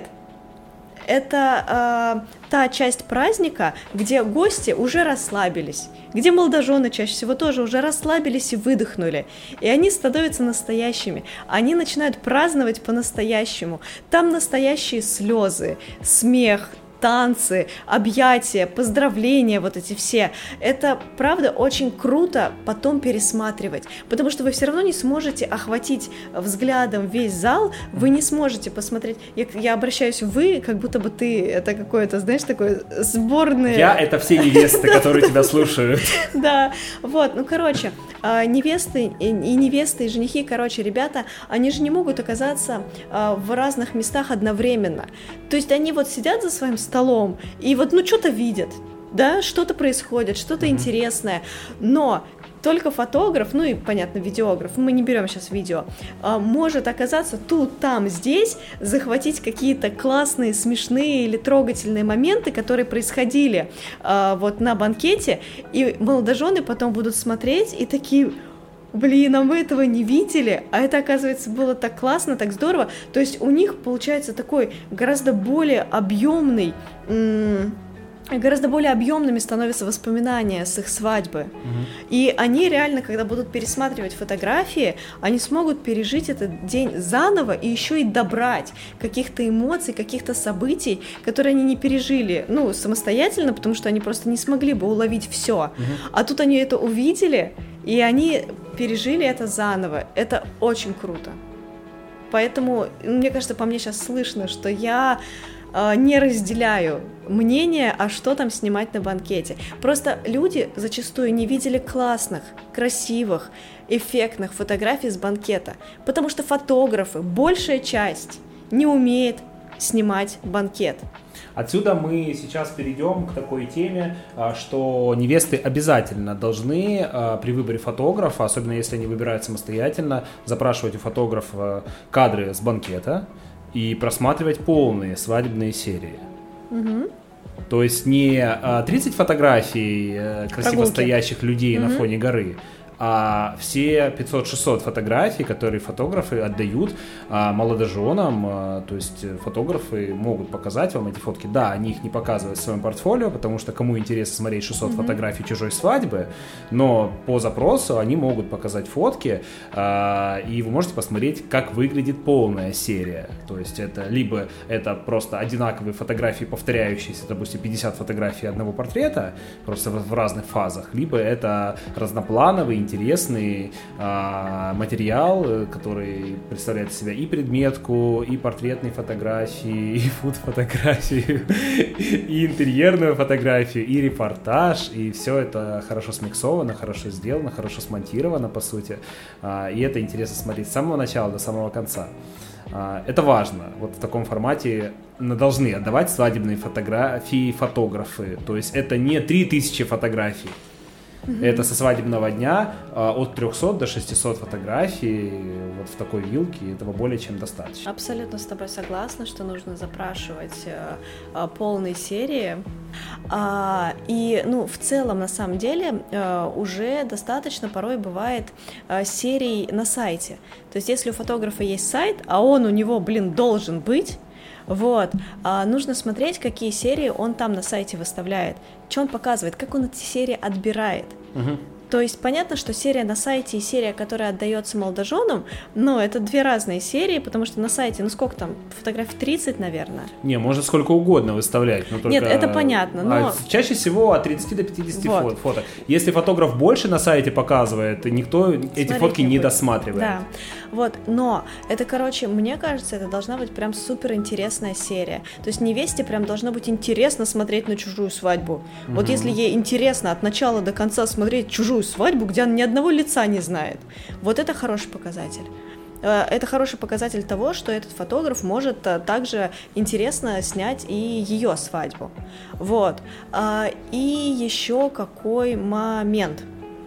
Это э, та часть праздника, где гости уже расслабились, где молодожены чаще всего тоже уже расслабились и выдохнули, и они становятся настоящими, они начинают праздновать по-настоящему. Там настоящие слезы, смех, танцы, объятия, поздравления, вот эти все. Это, правда, очень круто потом пересматривать, потому что вы все равно не сможете охватить взглядом весь зал, вы не сможете посмотреть. Я, я обращаюсь вы, как будто бы ты, это какое-то, знаешь, такое сборное... Я — это все невесты, которые тебя слушают. Да, вот, ну, короче, невесты и невесты, и женихи, короче, ребята, они же не могут оказаться в разных местах одновременно. То есть они вот сидят за своим столом и вот, ну, что-то видят, да, что-то происходит, что-то mm-hmm. интересное, но только фотограф, ну и, понятно, видеограф, мы не берем сейчас видео, может оказаться тут, там, здесь, захватить какие-то классные, смешные или трогательные моменты, которые происходили вот на банкете, и молодожены потом будут смотреть и такие... Блин, а мы этого не видели, а это, оказывается, было так классно, так здорово. То есть у них получается такой гораздо более объемный, м- гораздо более объемными становятся воспоминания с их свадьбы. Mm-hmm. И они реально, когда будут пересматривать фотографии, они смогут пережить этот день заново и еще и добрать каких-то эмоций, каких-то событий, которые они не пережили, ну, самостоятельно, потому что они просто не смогли бы уловить все. Mm-hmm. А тут они это увидели, и они пережили это заново. Это очень круто. Поэтому, мне кажется, по мне сейчас слышно, что я э, не разделяю мнение, а что там снимать на банкете. Просто люди зачастую не видели классных, красивых, эффектных фотографий с банкета, потому что фотографы, большая часть, не умеет снимать банкет. Отсюда мы сейчас перейдем к такой теме, что невесты обязательно должны при выборе фотографа, особенно если они выбирают самостоятельно, запрашивать у фотографа кадры с банкета и просматривать полные свадебные серии. Угу. То есть не тридцать фотографий красиво Прогулки. стоящих людей угу. на фоне горы, а все пятьсот-шестьсот фотографий, которые фотографы отдают а, молодоженам, а, то есть фотографы могут показать вам эти фотки. Да, они их не показывают в своем портфолио, потому что кому интересно смотреть шестьсот mm-hmm. фотографий чужой свадьбы, но по запросу они могут показать фотки, а, и вы можете посмотреть, как выглядит полная серия. То есть это либо это просто одинаковые фотографии, повторяющиеся, допустим, пятьдесят фотографий одного портрета, просто в, в разных фазах, либо это разноплановый, интересный а, материал, который представляет из себя и предметку, и портретные фотографии, и фуд-фотографию, и интерьерную фотографию, и репортаж, и все это хорошо смиксовано, хорошо сделано, хорошо смонтировано, по сути, а, и это интересно смотреть с самого начала до самого конца. А, это важно. Вот в таком формате должны отдавать свадебные фотографии фотографы, то есть это не три тысячи фотографий. Mm-hmm. Это со свадебного дня а, от трехсот до шестисот фотографий вот в такой вилке, этого более чем достаточно. Абсолютно с тобой согласна, что нужно запрашивать а, а, полные серии. А, и, ну, в целом, на самом деле, а, уже достаточно порой бывает а, серий на сайте. То есть, если у фотографа есть сайт, а он у него, блин, должен быть, вот, а нужно смотреть, какие серии он там на сайте выставляет, что он показывает, как он эти серии отбирает. Uh-huh. То есть понятно, что серия на сайте и серия, которая отдается молодоженам, но это две разные серии, потому что на сайте, ну сколько там, фотографий тридцать, наверное. Не, можно сколько угодно выставлять. Но только... Нет, это понятно, но... А чаще всего от тридцати до пятидесяти вот. фото. Если фотограф больше на сайте показывает, никто Смотреть эти фотки не, не досматривает. Да, вот, но это, короче, мне кажется, это должна быть прям супер интересная серия. То есть невесте прям должно быть интересно смотреть на чужую свадьбу. Mm-hmm. Вот если ей интересно от начала до конца смотреть чужую свадьбу, где она ни одного лица не знает, вот это хороший показатель. Это хороший показатель того, что этот фотограф может также интересно снять и ее свадьбу. Вот. И еще какой момент.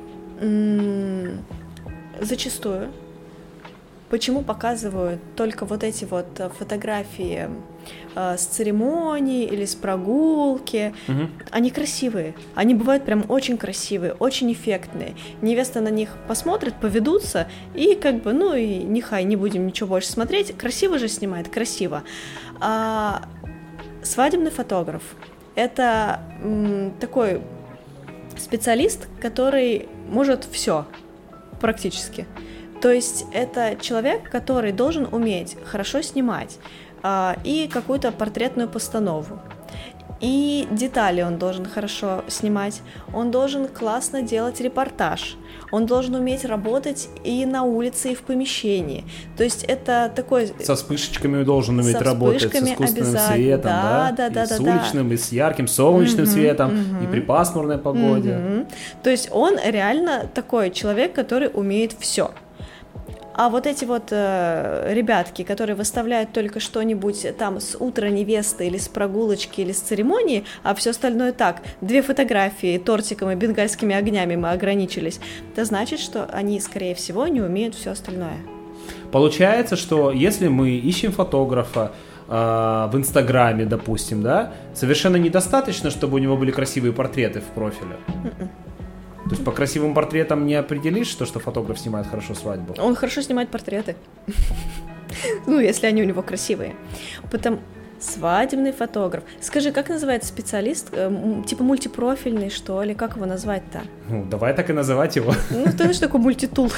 Зачастую. Почему показывают только вот эти вот фотографии э, с церемонии или с прогулки? Угу. Они красивые, они бывают прям очень красивые, очень эффектные. Невеста на них посмотрит, поведутся, и как бы, ну и нехай, не будем ничего больше смотреть. Красиво же снимает, красиво. А свадебный фотограф — это м, такой специалист, который может все практически. То есть это человек, который должен уметь хорошо снимать э, и какую-то портретную постанову. И детали он должен хорошо снимать, он должен классно делать репортаж, он должен уметь работать и на улице, и в помещении. То есть это такой... Со вспышечками должен уметь работать, с искусственным светом, да, да, да, да, и да, с уличным, да. И с ярким солнечным угу, светом, угу. И при пасмурной погоде. Угу. То есть он реально такой человек, который умеет все. А вот эти вот э, ребятки, которые выставляют только что-нибудь там с утра невесты или с прогулочки или с церемонии, а все остальное так, две фотографии тортиком и бенгальскими огнями мы ограничились, это значит, что они, скорее всего, не умеют все остальное. Получается, что если мы ищем фотографа э, в Инстаграме, допустим, да, совершенно недостаточно, чтобы у него были красивые портреты в профиле. Mm-mm. То есть по красивым портретам не определишь, что, что фотограф снимает хорошо свадьбу? Он хорошо снимает портреты. Ну, если они у него красивые. Потом свадебный фотограф. Скажи, как называется специалист? Типа мультипрофильный, что ли? Как его назвать-то? Ну, давай так и называть его. Ну, ты знаешь, такой мультитул.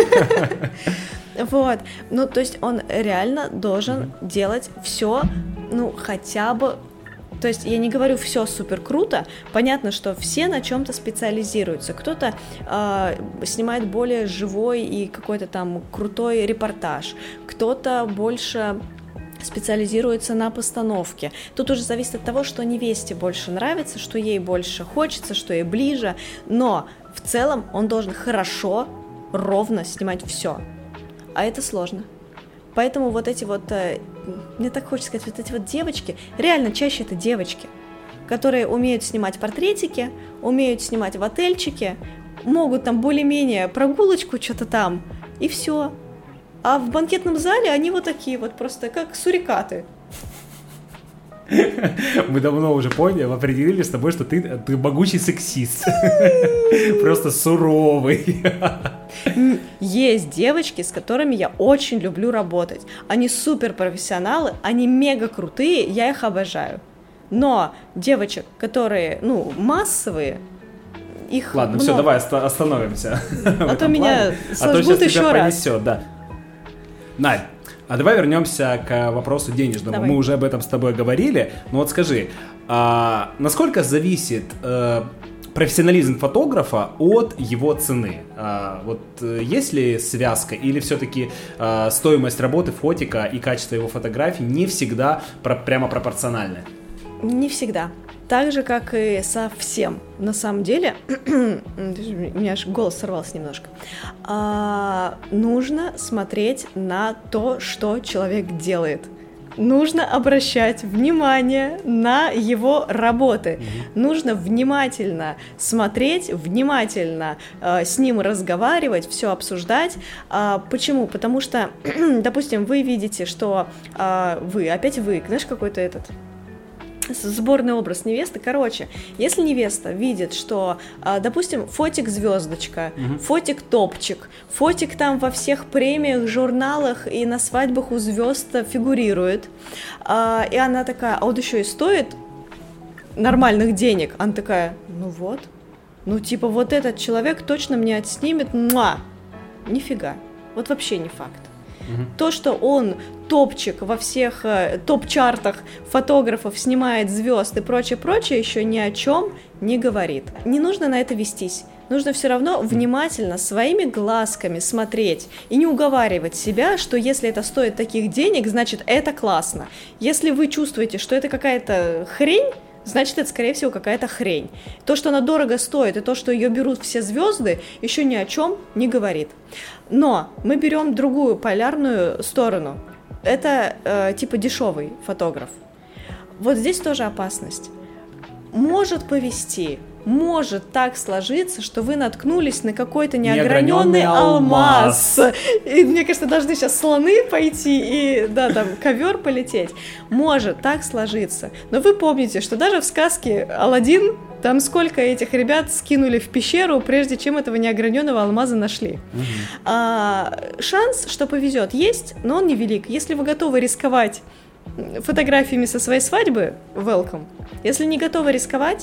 Вот. Ну, то есть он реально должен делать все, ну, хотя бы... То есть я не говорю все супер круто, понятно, что все на чем-то специализируются. Кто-то э, снимает более живой и какой-то там крутой репортаж, кто-то больше специализируется на постановке. Тут уже зависит от того, что невесте больше нравится, что ей больше хочется, что ей ближе, но в целом он должен хорошо, ровно снимать все, а это сложно. Поэтому вот эти вот, мне так хочется сказать, вот эти вот девочки, реально чаще это девочки, которые умеют снимать портретики, умеют снимать в отельчике, могут там более-менее прогулочку что-то там, и все. А в банкетном зале они вот такие вот просто, как сурикаты. Мы давно уже поняли, определили с тобой, что ты, ты могучий сексист. Просто суровый. Есть девочки, с которыми я очень люблю работать. Они супер профессионалы, они мега крутые, я их обожаю. Но девочек, которые, ну, массовые, их Ладно, много. Все, давай остановимся. А то меня сожгут еще раз. Да. Надь, а давай вернемся к вопросу денежному. Давай. Мы уже об этом с тобой говорили. Но вот скажи, а насколько зависит э, профессионализм фотографа от его цены? А, вот есть ли связка или все-таки а, стоимость работы фотика и качество его фотографий не всегда про, прямо пропорциональны? Не всегда. Так же, как и со всем. На самом деле, у меня аж голос сорвался немножко, а, нужно смотреть на то, что человек делает. Нужно обращать внимание на его работы. Mm-hmm. Нужно внимательно смотреть, внимательно э, с ним разговаривать, все обсуждать. А, почему? Потому что, допустим, вы видите, что э, вы, опять вы, знаешь, какой-то этот... сборный образ невесты. Короче, если невеста видит, что, допустим, фотик звездочка, угу. фотик топчик, фотик там во всех премиях, журналах и на свадьбах у звезд фигурирует, и она такая, а вот еще и стоит нормальных денег, она такая, ну вот, ну, типа, вот этот человек точно мне отснимет, муа! Нифига. Вот вообще не факт. Угу. То, что он топчик во всех э, топ-чартах фотографов, снимает звезд и прочее-прочее, еще ни о чем не говорит. Не нужно на это вестись. Нужно все равно внимательно, своими глазками смотреть и не уговаривать себя, что если это стоит таких денег, значит это классно. Если вы чувствуете, что это какая-то хрень, значит это, скорее всего, какая-то хрень. То, что она дорого стоит, и то, что ее берут все звезды, еще ни о чем не говорит. Но мы берем другую полярную сторону. Это э, типа дешевый фотограф. Вот здесь тоже опасность. Может повезти. Может так сложиться, что вы наткнулись на какой-то неограненный алмаз. алмаз. И мне кажется, должны сейчас слоны пойти и, да, там, ковер полететь. Может так сложиться. Но вы помните, что даже в сказке «Аладдин» там сколько этих ребят скинули в пещеру, прежде чем этого неограненного алмаза нашли. Угу. А, шанс, что повезет, есть, но он невелик. Если вы готовы рисковать фотографиями со своей свадьбы, welcome. Если не готовы рисковать,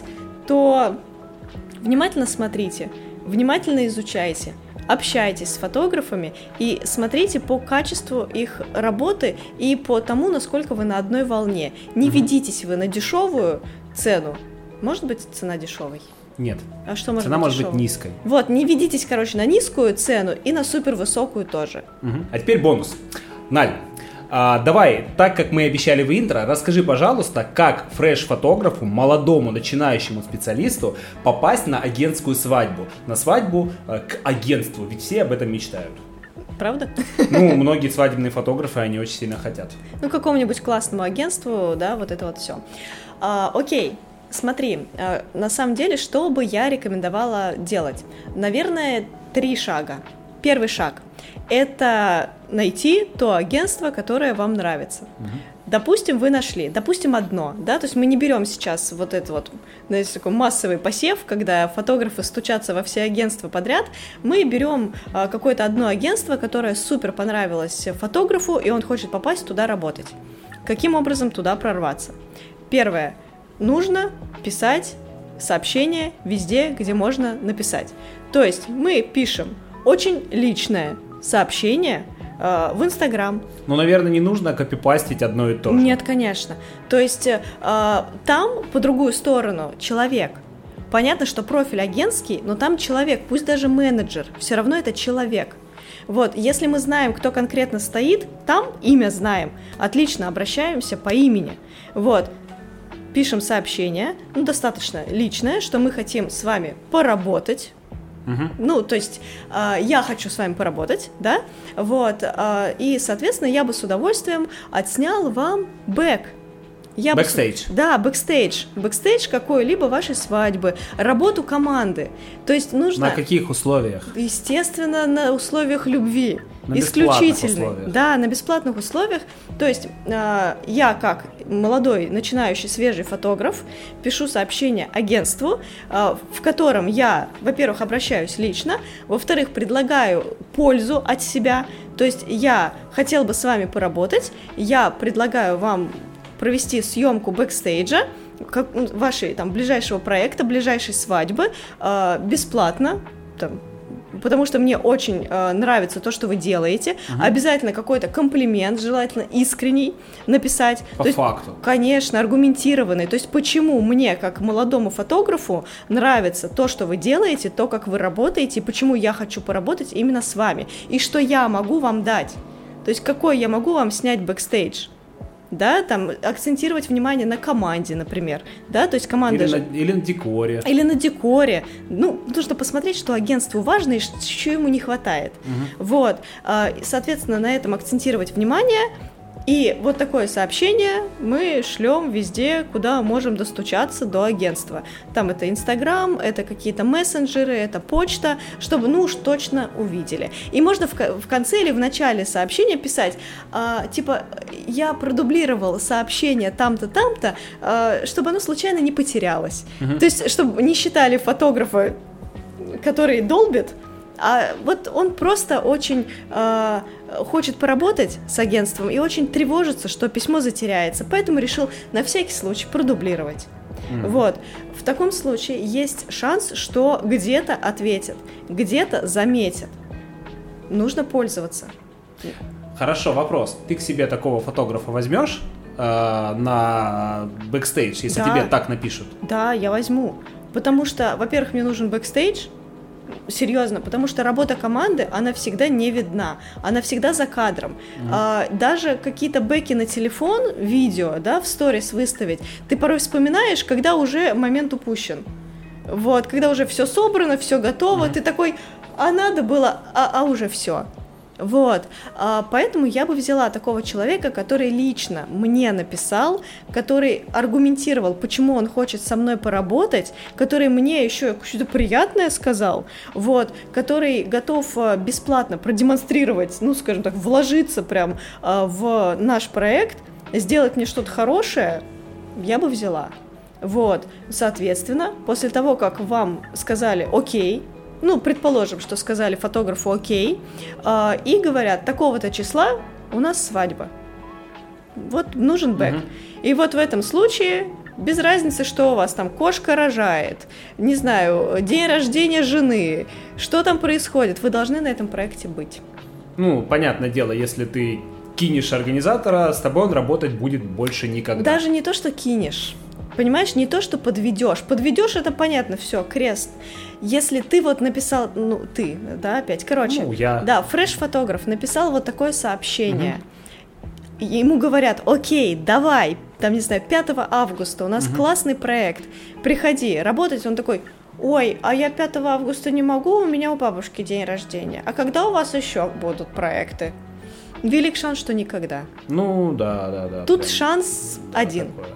то внимательно смотрите, внимательно изучайте, общайтесь с фотографами и смотрите по качеству их работы и по тому, насколько вы на одной волне. Не ведитесь вы на дешевую цену. Может быть, цена дешевой? Нет. А что может Цена быть может дешевой? быть низкой. Вот, не ведитесь, короче, на низкую цену и на супервысокую тоже. Угу. А теперь бонус. Наль, а, давай, так как мы обещали в интро, расскажи, пожалуйста, как фреш-фотографу, молодому начинающему специалисту попасть на агентскую свадьбу, на свадьбу э, к агентству, ведь все об этом мечтают. Правда? Ну, многие свадебные фотографы, они очень сильно хотят. Ну, какому-нибудь классному агентству, да, вот это вот все. А, окей. Смотри, на самом деле, что бы я рекомендовала делать? Наверное, три шага. Первый шаг – это найти то агентство, которое вам нравится. Угу. Допустим, вы нашли, допустим, одно, да, то есть мы не берем сейчас вот этот вот, знаете, такой массовый посев, когда фотографы стучатся во все агентства подряд, мы берем а, какое-то одно агентство, которое супер понравилось фотографу, и он хочет попасть туда работать. Каким образом туда прорваться? Первое. Нужно писать сообщения везде, где можно написать. То есть мы пишем очень личное сообщение э, в Инстаграм. Ну, наверное, не нужно копипастить одно и то же. Нет, конечно. То есть э, там, по другую сторону, человек. Понятно, что профиль агентский, но там человек, пусть даже менеджер, все равно это человек. Вот, если мы знаем, кто конкретно стоит, там имя знаем, отлично, обращаемся по имени. Вот. Пишем сообщение, ну, достаточно личное, что мы хотим с вами поработать. Uh-huh. Ну, то есть э, я хочу с вами поработать, да, вот, э, и, соответственно, я бы с удовольствием отснял вам бэк. Бэкстейдж. Бы, да, бэкстейдж. Бэкстейдж какой-либо вашей свадьбы, работу команды. То есть нужно... На каких условиях? Естественно, на условиях любви. На Исключительно. условиях. Да, на бесплатных условиях. То есть э, я, как молодой, начинающий, свежий фотограф, пишу сообщение агентству, э, в котором я, во-первых, обращаюсь лично, во-вторых, предлагаю пользу от себя. То есть я хотел бы с вами поработать, я предлагаю вам провести съемку бэкстейджа, как, вашей там ближайшего проекта, ближайшей свадьбы, э, бесплатно, там, потому что мне очень э, нравится то, что вы делаете. Uh-huh. Обязательно какой-то комплимент, желательно искренний, написать. По то факту. Есть, конечно, аргументированный. То есть почему мне, как молодому фотографу, нравится то, что вы делаете, то, как вы работаете, и почему я хочу поработать именно с вами, и что я могу вам дать. То есть какой я могу вам снять бэкстейдж. Да, там акцентировать внимание на команде, например, да, то есть команда или, же... на, или на декоре. Или на декоре. Ну, нужно посмотреть, что агентству важно и что ему не хватает. Угу. Вот, соответственно, на этом акцентировать внимание. И вот такое сообщение мы шлем везде, куда можем достучаться до агентства. Там это Инстаграм, это какие-то мессенджеры, это почта, чтобы, ну уж точно увидели. И можно в, в конце или в начале сообщения писать, а, типа, я продублировал сообщение там-то, там-то, а, чтобы оно случайно не потерялось. Угу. То есть, чтобы не считали фотографа, который долбит, а вот он просто очень э, хочет поработать с агентством и очень тревожится, что письмо затеряется, поэтому решил на всякий случай продублировать. Mm-hmm. Вот. В таком случае есть шанс, что где-то ответят, где-то заметят. Нужно пользоваться. Хорошо, вопрос. Ты к себе такого фотографа возьмешь э, на бэкстейдж, если да. тебе так напишут? Да, я возьму. Потому что, во-первых, мне нужен бэкстейдж. Серьезно, потому что работа команды, она всегда не видна, она всегда за кадром. Mm-hmm. А, даже какие-то бэки на телефон, видео, да, в сторис выставить, ты порой вспоминаешь, когда уже момент упущен. Вот, когда уже все собрано, все готово, mm-hmm. ты такой, а надо было, а, а уже все. Вот, а, поэтому я бы взяла такого человека, который лично мне написал, который аргументировал, почему он хочет со мной поработать, который мне еще что-то приятное сказал, вот, который готов бесплатно продемонстрировать, ну, скажем так, вложиться прям а, в наш проект, сделать мне что-то хорошее, я бы взяла. Вот, соответственно, после того, как вам сказали «Окей», ну, предположим, что сказали фотографу «Окей», э, и говорят, такого-то числа у нас свадьба. Вот нужен бэк. Mm-hmm. И вот в этом случае, без разницы, что у вас там, кошка рожает, не знаю, день рождения жены, что там происходит, вы должны на этом проекте быть. Ну, понятное дело, если ты кинешь организатора, с тобой он работать будет больше никогда. Даже не то, что кинешь. Понимаешь, не то, что подведешь. Подведешь, это понятно, все, крест. Если ты вот написал, ну, ты, да, опять, короче, ну, я... да, фреш-фотограф написал вот такое сообщение. Угу. Ему говорят, окей, давай, там, не знаю, пятого августа, у нас угу. классный проект, приходи работать. Он такой, ой, а я пятого августа не могу, у меня у бабушки день рождения. А когда у вас еще будут проекты? Велик шанс, что никогда. Ну, да, да, да. Тут прям... шанс да, один. Такое.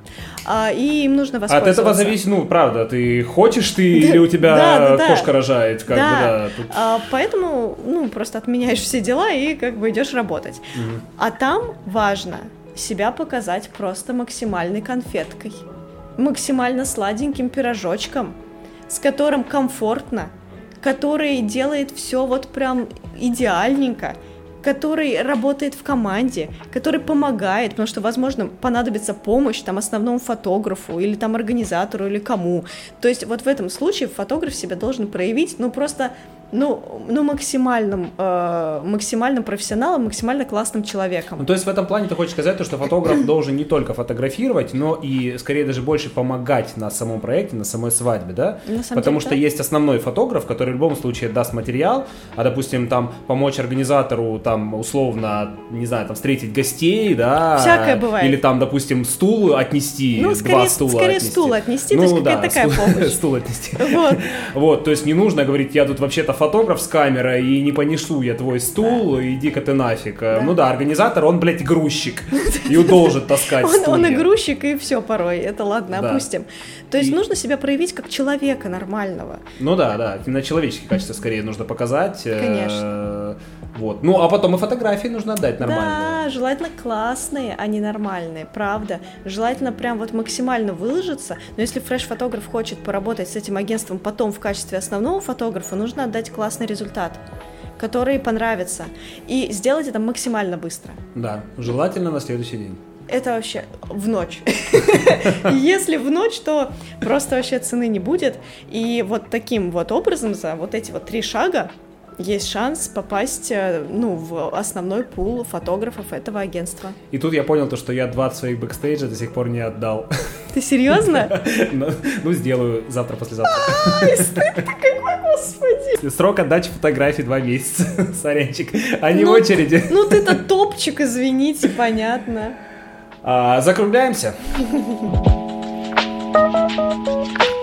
А, и им нужно воспользоваться. От этого зависит, ну, правда, ты хочешь ты или у тебя да, да, кошка да. рожает, как да. бы, да. Тут... А, поэтому, ну, просто отменяешь все дела и как бы идешь работать. Угу. А там важно себя показать просто максимальной конфеткой, максимально сладеньким пирожочком, с которым комфортно, который делает все вот прям идеальненько, который работает в команде, который помогает, потому что, возможно, понадобится помощь там основному фотографу или там организатору или кому. То есть вот в этом случае фотограф себя должен проявить, ну просто, ну, ну максимальным, э, максимальным профессионалом, максимально классным человеком. Ну, то есть в этом плане ты хочешь сказать, то, что фотограф должен не только фотографировать, но и скорее даже больше помогать на самом проекте, на самой свадьбе, да? Потому деле, что да. есть основной фотограф, который в любом случае даст материал, а, допустим, там помочь организатору там условно, не знаю, там встретить гостей, да, всякое бывает. Или там, допустим, стул отнести, ну, скорее, два стула скорее отнести. стул отнести, ну, то есть да, какая-то такая стул, помощь. Стул отнести. Вот. Вот, то есть не нужно говорить, я тут вообще-то фотограф с камерой и не понесу я твой стул, да. иди-ка ты нафиг. Да. Ну да, организатор, он, блядь, грузчик и должен таскать он, стулья. Он и грузчик, и все порой, это ладно, да. опустим. То есть и... нужно себя проявить как человека нормального. Ну да, да, на человеческие качества скорее нужно показать. Конечно. Вот. Ну, а потом и фотографии нужно отдать нормальные. Да, желательно классные, а не нормальные, правда. Желательно прям вот максимально выложиться. Но если фреш-фотограф хочет поработать с этим агентством потом в качестве основного фотографа, нужно отдать классный результат, который понравится. И сделать это максимально быстро. Да, желательно на следующий день. Это вообще в ночь. Если в ночь, то просто вообще цены не будет. И вот таким вот образом за вот эти вот три шага есть шанс попасть, ну, в основной пул фотографов этого агентства. И тут я понял то, что я двадцать своих бэкстейджа до сих пор не отдал. Ты серьезно? Ну, сделаю завтра-послезавтра. Ай, стыд-то какой, господи! Срок отдачи фотографий два месяца, сорянчик, а не в очереди. Ну, ты-то топчик, извините, понятно. Закругляемся.